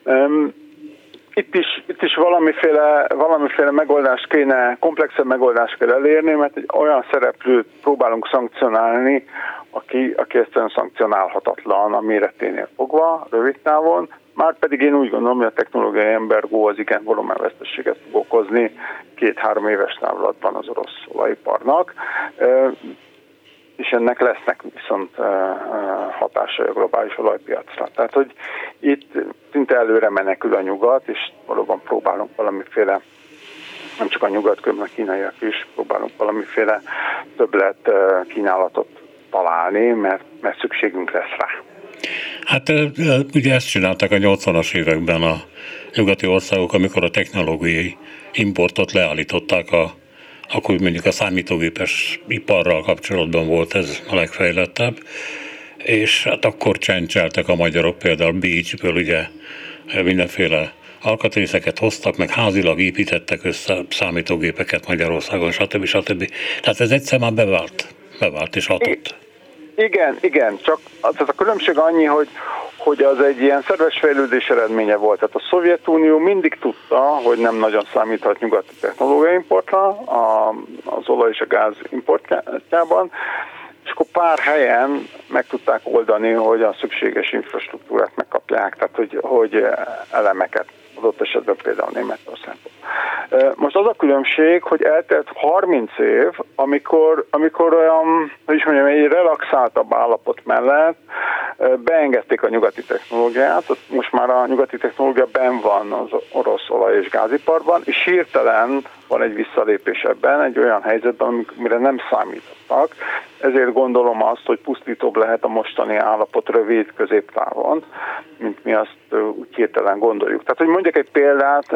[SPEAKER 3] Itt is, itt is valamiféle, valamiféle megoldást kéne, komplexebb megoldást kell elérni, mert egy olyan szereplőt próbálunk szankcionálni, aki, aki egyszerűen szankcionálhatatlan a méreténél fogva, rövid távon. Márpedig én úgy gondolom, hogy a technológiai embargó az igen volumenveszteséget fog okozni két-három éves távlatban az orosz olajiparnak. És és ennek lesznek viszont hatásai a globális olajpiacra. Tehát, hogy itt szinte előre menekül a nyugat, és valóban próbálunk valamiféle, nem csak a nyugat, különben a kínaiak is próbálunk valamiféle többlet kínálatot találni, mert, mert szükségünk lesz rá.
[SPEAKER 2] Hát ugye ezt csinálták a nyolcvanas években a nyugati országok, amikor a technológiai importot leállították, a, akkor mondjuk a számítógépes iparral kapcsolatban volt ez a legfejlettebb, és hát akkor csencseltek a magyarok, például Bécsből ugye mindenféle alkatrészeket hoztak, meg házilag építettek össze számítógépeket Magyarországon, stb. stb. Tehát ez egyszer már bevált, bevált és hatott.
[SPEAKER 3] Igen, igen, csak az a különbség annyi, hogy, hogy az egy ilyen szerves fejlődés eredménye volt. Tehát a Szovjetunió mindig tudta, hogy nem nagyon számíthat nyugati technológia importra az olaj és a gáz importjában, és akkor pár helyen meg tudták oldani, hogy a szükséges infrastruktúrát megkapják, tehát hogy, hogy elemeket, adott esetben például Németországban. Most az a különbség, hogy eltelt harminc év, amikor, amikor olyan, hogy is mondjam, egy relaxáltabb állapot mellett beengedték a nyugati technológiát, most már a nyugati technológia benn van az orosz olaj- és gáziparban, és hirtelen van egy visszalépés ebben, egy olyan helyzetben, amire nem számítottak. Ezért gondolom azt, hogy pusztítóbb lehet a mostani állapot rövid középtávon, mint mi azt úgy hirtelen gondoljuk. Tehát, hogy mondjak egy példát,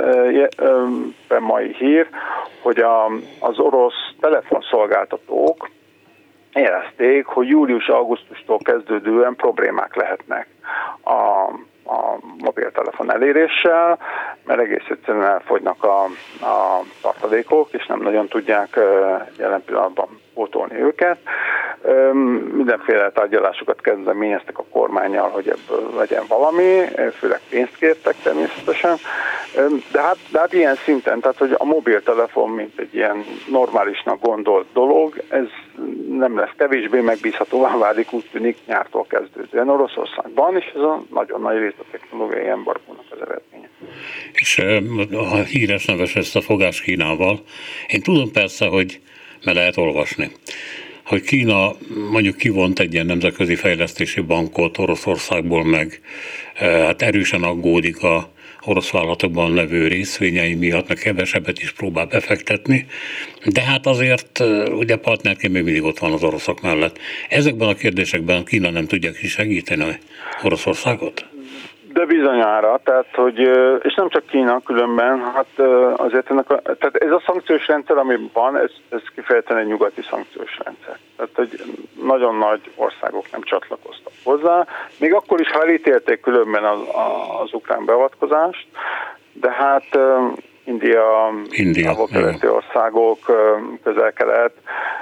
[SPEAKER 3] mai hír, hogy a, az orosz telefonszolgáltatók jelezték, hogy július-augusztustól kezdődően problémák lehetnek a, a mobiltelefon eléréssel, mert egész egyszerűen elfogynak a, a tartalékok, és nem nagyon tudják jelen pillanatban pótolni őket. Mindenféle tárgyalásokat kezdeményeztek a kormánnyal, hogy ebből legyen valami, főleg pénzt kértek természetesen, de hát, de hát ilyen szinten, tehát hogy a mobiltelefon, mint egy ilyen normálisnak gondolt dolog, ez nem lesz kevésbé megbízhatóvá válik, úgy tűnik nyártól kezdődően Oroszországban, és ez a nagyon nagy rész a technológiai embargónak az eredménye.
[SPEAKER 2] És a híres neves ezt a fogás Kínával. Én tudom persze, hogy meg lehet olvasni, hogy Kína mondjuk kivont egy ilyen nemzetközi fejlesztési bankot Oroszországból, meg hát erősen aggódik a orosz vállalatokban levő részvényei miatt, meg kevesebbet is próbál befektetni, de hát azért ugye partnerként még mindig ott van az oroszok mellett. Ezekben a kérdésekben Kína nem tudja ki segíteni Oroszországot?
[SPEAKER 3] De bizonyára, tehát, hogy, és nem csak Kína különben, hát azért ennek a, tehát ez a szankciós rendszer, ami van, ez, ez kifejezetten egy nyugati szankciós rendszer. Tehát, hogy nagyon nagy országok nem csatlakoztak hozzá, még akkor is, ha elítélték különben az, az ukrán beavatkozást, de hát India,
[SPEAKER 2] India
[SPEAKER 3] a keleti országok, közel-kelet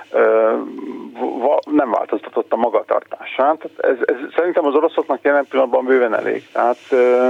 [SPEAKER 3] nem változtatott a magatartásán. Tehát ez, ez szerintem az oroszoknak jelen pillanatban bőven elég. Tehát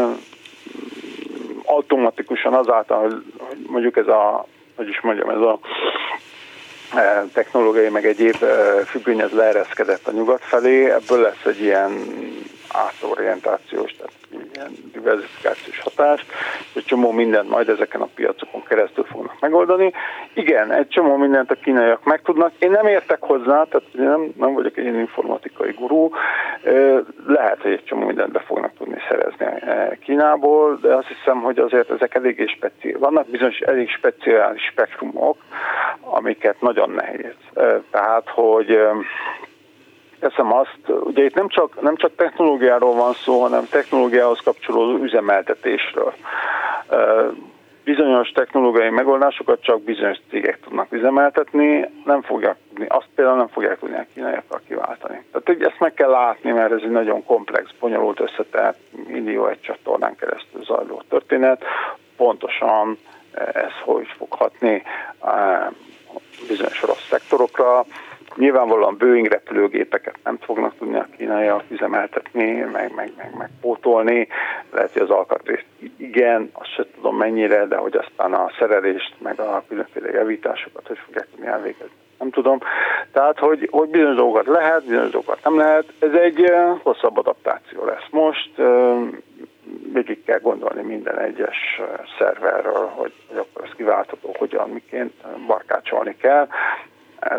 [SPEAKER 3] automatikusan azáltal, hogy mondjuk ez a, hogy is mondjam, ez a technológiai meg egyéb függvény, ez leereszkedett a nyugat felé, ebből lesz egy ilyen átorientációs, tehát ilyen diversifikációs hatás, egy csomó mindent majd ezeken a piacokon keresztül fognak megoldani. Igen, egy csomó mindent a kínaiak megtudnak. Én nem értek hozzá, tehát nem, nem vagyok egy ilyen informatikai gurú. Lehet, hogy egy csomó mindent be fognak tudni szerezni Kínából, de azt hiszem, hogy azért ezek eléggé speciális. Vannak bizonyos elég speciális spektrumok, amiket nagyon nehéz. Tehát, hogy teszem azt, ugye itt nem csak, nem csak technológiáról van szó, hanem technológiához kapcsolódó üzemeltetésről. Bizonyos technológiai megoldásokat csak bizonyos cégek tudnak üzemeltetni, nem fogják tudni, azt például nem fogják tudni a kínaiakkal kiváltani. Tehát ezt meg kell látni, mert ez egy nagyon komplex, bonyolult, összetett, millió egy csatornán keresztül zajló történet. Pontosan ez hogy fog hatni bizonyos rossz szektorokra. Nyilvánvalóan Boeing repülőgépeket nem fognak tudni a kínaiak üzemeltetni, meg, meg, meg, meg pótolni. Lehet, hogy az alkatrészt igen, azt sem tudom mennyire, de hogy aztán a szerelést, meg a különféle javításokat hogy fogják tudni elvégezni. Nem tudom. Tehát, hogy, hogy bizonyos dolgokat lehet, bizonyos dolgokat nem lehet. Ez egy uh, hosszabb adaptáció lesz most. Uh, végig kell gondolni minden egyes szerverről, hogy, hogy akkor ez kiváltható, hogyan, miként barkácsolni kell. Ez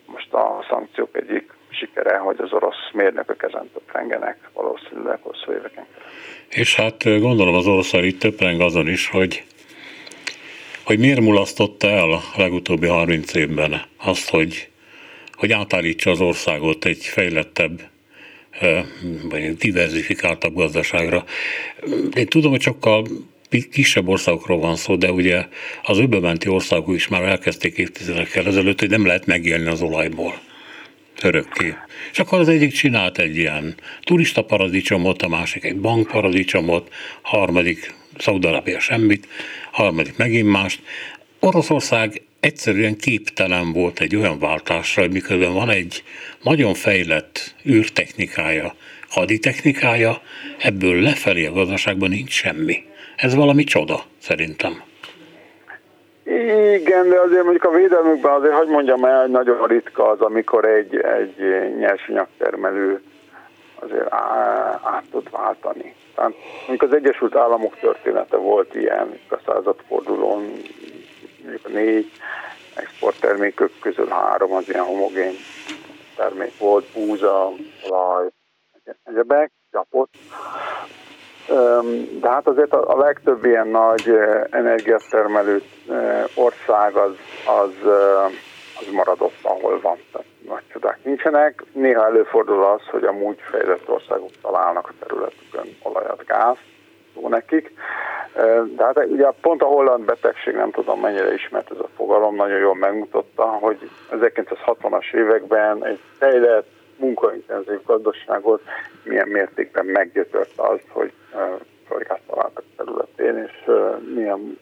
[SPEAKER 3] most a szankciók egyik sikere, hogy az orosz mérnökök ezen töprengenek valószínűleg hosszú éveken keresztül.
[SPEAKER 2] És hát gondolom az oroszok itt töpreng azon is, hogy, hogy miért mulasztotta el a legutóbbi harminc évben azt, hogy, hogy átállítsa az országot egy fejlettebb, vagy diverzifikáltabb gazdaságra. Én tudom, hogy sokkal kisebb országokról van szó, de ugye az öbölmenti országok is már elkezdték évtizedekkel ezelőtt, hogy nem lehet megélni az olajból örökké. És akkor az egyik csinált egy ilyen turista paradicsomot, a másik egy bankparadicsomot, a harmadik Szaúd-Arábia semmit, a harmadik megint mást. Oroszország egyszerűen képtelen volt egy olyan váltásra, hogy miközben van egy nagyon fejlett űrtechnikája, haditechnikája, ebből lefelé a gazdaságban nincs semmi. Ez valami csoda, szerintem.
[SPEAKER 3] Igen, de azért mondjuk a védelmükben azért, hogy mondjam el, nagyon ritka az, amikor egy, egy nyersanyagtermelő azért át tud váltani. Tehát mondjuk az Egyesült Államok története volt ilyen, a századfordulón, mondjuk a négy exporttermékök közül három az ilyen homogén termék volt, búza, olaj, egyebek, gyapot. De hát azért a legtöbb ilyen nagy energiatermelő ország az, az, az maradott, ahol van. Tehát nagy csodák nincsenek. Néha előfordul az, hogy amúgy fejlett országok találnak a területükön olajat, gáz, szó nekik. De hát ugye pont a holland betegség, nem tudom mennyire ismert ez a fogalom, nagyon jól megmutatta, hogy ezerkilencszázhatvanas években egy fejlett, munkaintenzív gazdaságot milyen mértékben meggyötört az, hogy földgázt találtak a területén, és milyen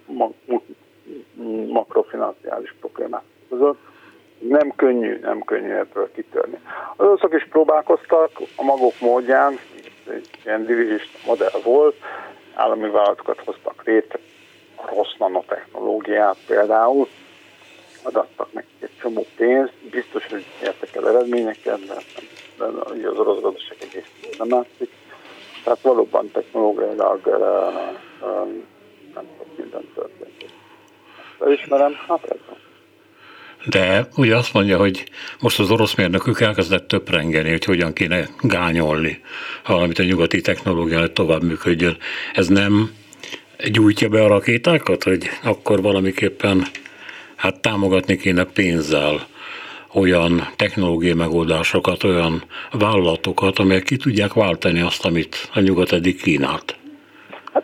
[SPEAKER 3] makrofinanciális problémák között. Nem könnyű, nem könnyű ebből kitörni. Az oroszok is próbálkoztak a maguk módján, egy ilyen dirigista modell volt, állami vállalatokat hoztak létre, a rossz nanotechnológiát például, adattak neki egy csomó pénzt, biztos, hogy értek el eredményeket, de, de az orosz gazdaság egész nem látszik. Tehát valóban technológiailag uh, uh, nem tudom, minden történt. Elismerem, hát ez van.
[SPEAKER 2] De ugye azt mondja, hogy most az orosz mérnökök elkezdett töprengeni, hogy hogyan kéne gányolni valamit a nyugati technológiát tovább működjön. Ez nem gyújtja be a rakétákat, hogy akkor valamiképpen hát támogatni kéne pénzzel olyan technológiai megoldásokat, olyan vállalatokat, amelyek ki tudják váltani azt, amit a nyugat eddig kínált?
[SPEAKER 3] Hát,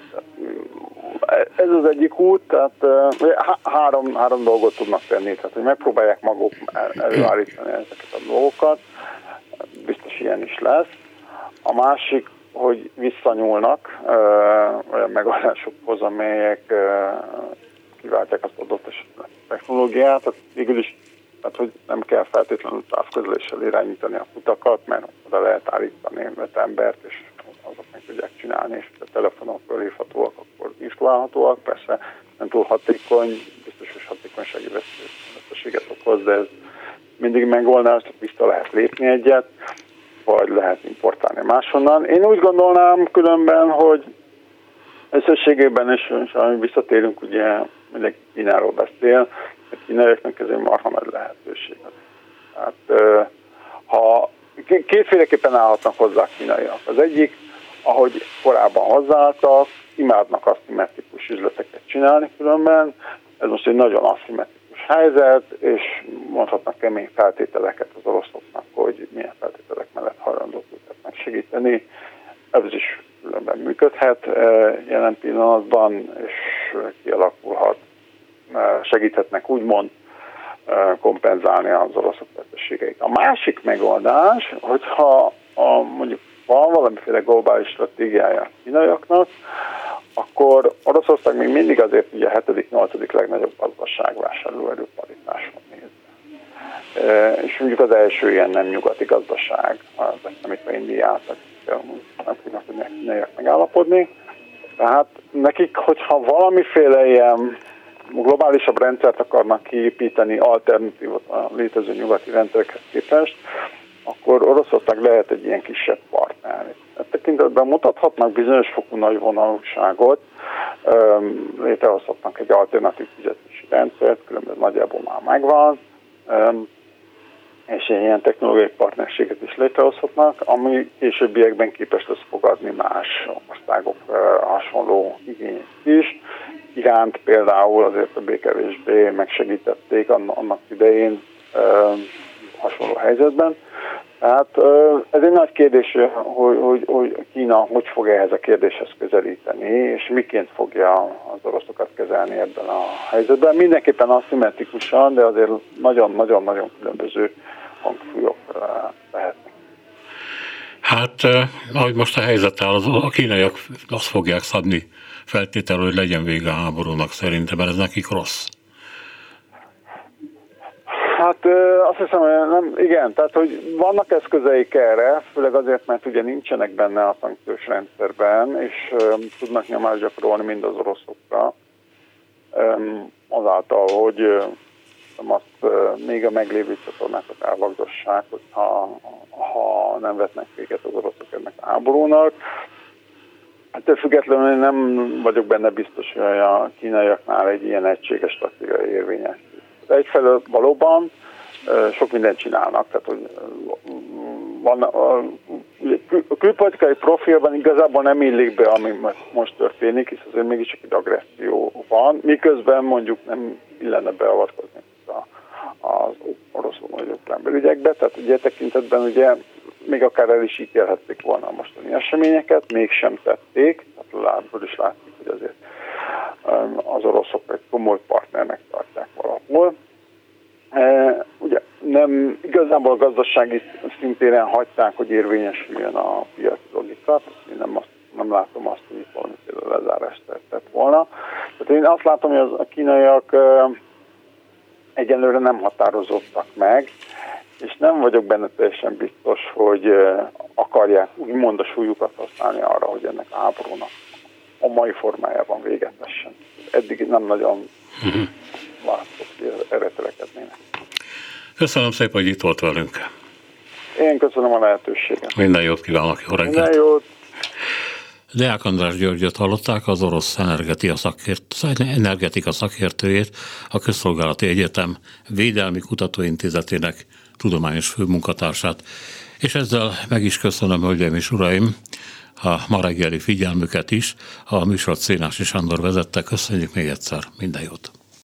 [SPEAKER 3] ez az egyik út, tehát három, három dolgot tudnak tenni, tehát hogy megpróbálják maguk előállítani ezeket a dolgokat, biztos ilyen is lesz. A másik, hogy visszanyúlnak olyan megoldásokhoz, amelyek kiváltják azt adott technológiát, tehát végül is, tehát, hogy nem kell feltétlenül távközléssel irányítani a kutakat, mert oda lehet állítani öt embert, és azok meg tudják csinálni, és a telefonok fölhívhatóak, akkor installálhatóak, persze nem túl hatékony, biztos, hogy hatékonysági veszteséget okoz, de ez mindig megoldás, tehát vissza lehet lépni egyet, vagy lehet importálni máshonnan. Én úgy gondolnám különben, hogy összességében is, és visszatérünk, ugye mindenki Kínáról beszél, hogy kínaiaknak ez egy marha nagy lehetőség. Tehát ha kétféleképpen állhatnak hozzá kínaiak. Az egyik, ahogy korábban hozzáálltak, imádnak aszimmetrikus üzleteket csinálni különben. Ez most egy nagyon aszimmetrikus helyzet, és mondhatnak kemény feltételeket az oroszoknak, hogy milyen feltételek mellett hajlandók őket megsegíteni. Ez is különben működhet jelen pillanatban, és kialakulhat, segíthetnek úgymond kompenzálni az oroszok veszteségeit. A másik megoldás, hogyha a, mondjuk van valamiféle globális stratégiája a kínaiaknak, akkor Oroszország még mindig azért ugye a hetedik nyolcadik legnagyobb gazdaság vásárlóerő paritáson néz. És mondjuk az első ilyen nem nyugati gazdaság, amit Indiát, nem tudnak tudni kínaiak megállapodni. Tehát nekik, hogyha valamiféle ilyen globálisabb rendszert akarnak kiépíteni, alternatívot a létező nyugati rendszerekhez képest, akkor Oroszország lehet egy ilyen kisebb partner. E tekintetben mutathatnak bizonyos fokú nagyvonalúságot, létrehozhatnak egy alternatív fizetési rendszert, különben nagyjából már megvan, és ilyen technológiai partnerséget is létrehozhatnak, ami későbbiekben képes lesz fogadni más országok hasonló igényét is. Iránt például azért többé-kevésbé megsegítették annak idején hasonló helyzetben. Tehát ez egy nagy kérdés, hogy, hogy, hogy Kína hogy fog ehhez a kérdéshez közelíteni, és miként fogja az oroszokat kezelni ebben a helyzetben. Mindenképpen aszimmetrikusan, de azért nagyon-nagyon-nagyon különböző hangsúlyok lehetnek.
[SPEAKER 2] Hát, ahogy most a helyzet áll, a kínaiak azt fogják szabni feltételről, hogy legyen vége a háborúnak szerintem, mert ez nekik rossz.
[SPEAKER 3] Hát azt hiszem, hogy nem, igen, tehát hogy vannak eszközeik erre, főleg azért, mert ugye nincsenek benne a szankciós rendszerben, és um, tudnak nyomást gyakorolni mind az oroszokra, um, azáltal, hogy um, azt uh, még a meglévő csatornákat elvagdossák, hogyha ha nem vetnek véget az oroszok ennek a háborúnak. Ettől függetlenül nem vagyok benne biztos, hogy a kínaiaknál egy ilyen egységes stratégia érvényes. Egyfelől valóban sok mindent csinálnak, tehát hogy van, a, a külpolitikai profilban igazából nem illik be, ami most történik, hisz azért mégiscsak egy agresszió van, miközben mondjuk nem illene beavatkozni az orosz ukrán belügyekbe, tehát ugye tekintetben ugye még akár el is ítélhették volna a mostani eseményeket, mégsem tették, tehát látból is látszik, hogy azért az oroszok egy komoly partnernek tartják valahol. E, ugye nem, igazából a gazdasági szintéren hagyták, hogy érvényesüljön a piaci logika, én nem, azt, nem látom azt, hogy itt valamiféle lezárást tett volna. Tehát én azt látom, hogy az, a kínaiak e, egyenlőre nem határozottak meg, és nem vagyok benne teljesen biztos, hogy e, akarják úgymond a súlyukat használni arra, hogy ennek a háborúnak a mai formájában véget vessen. Eddig nem nagyon uh-huh. látszott, hogy erre törekednének.
[SPEAKER 2] Köszönöm szépen, hogy itt volt velünk.
[SPEAKER 3] Én köszönöm a lehetőséget.
[SPEAKER 2] Minden jót kívánok, jó reggelt.
[SPEAKER 3] Minden jót.
[SPEAKER 2] Deák András Györgyöt hallották, az orosz energetika, szakért, energetika szakértőjét, a Közszolgálati Egyetem Védelmi Kutatóintézetének tudományos főmunkatársát. És ezzel meg is köszönöm, hölgyeim és uraim, a ma reggeli figyelmüket is. A műsort Szénási Sándor vezette. Köszönjük még egyszer, minden jót!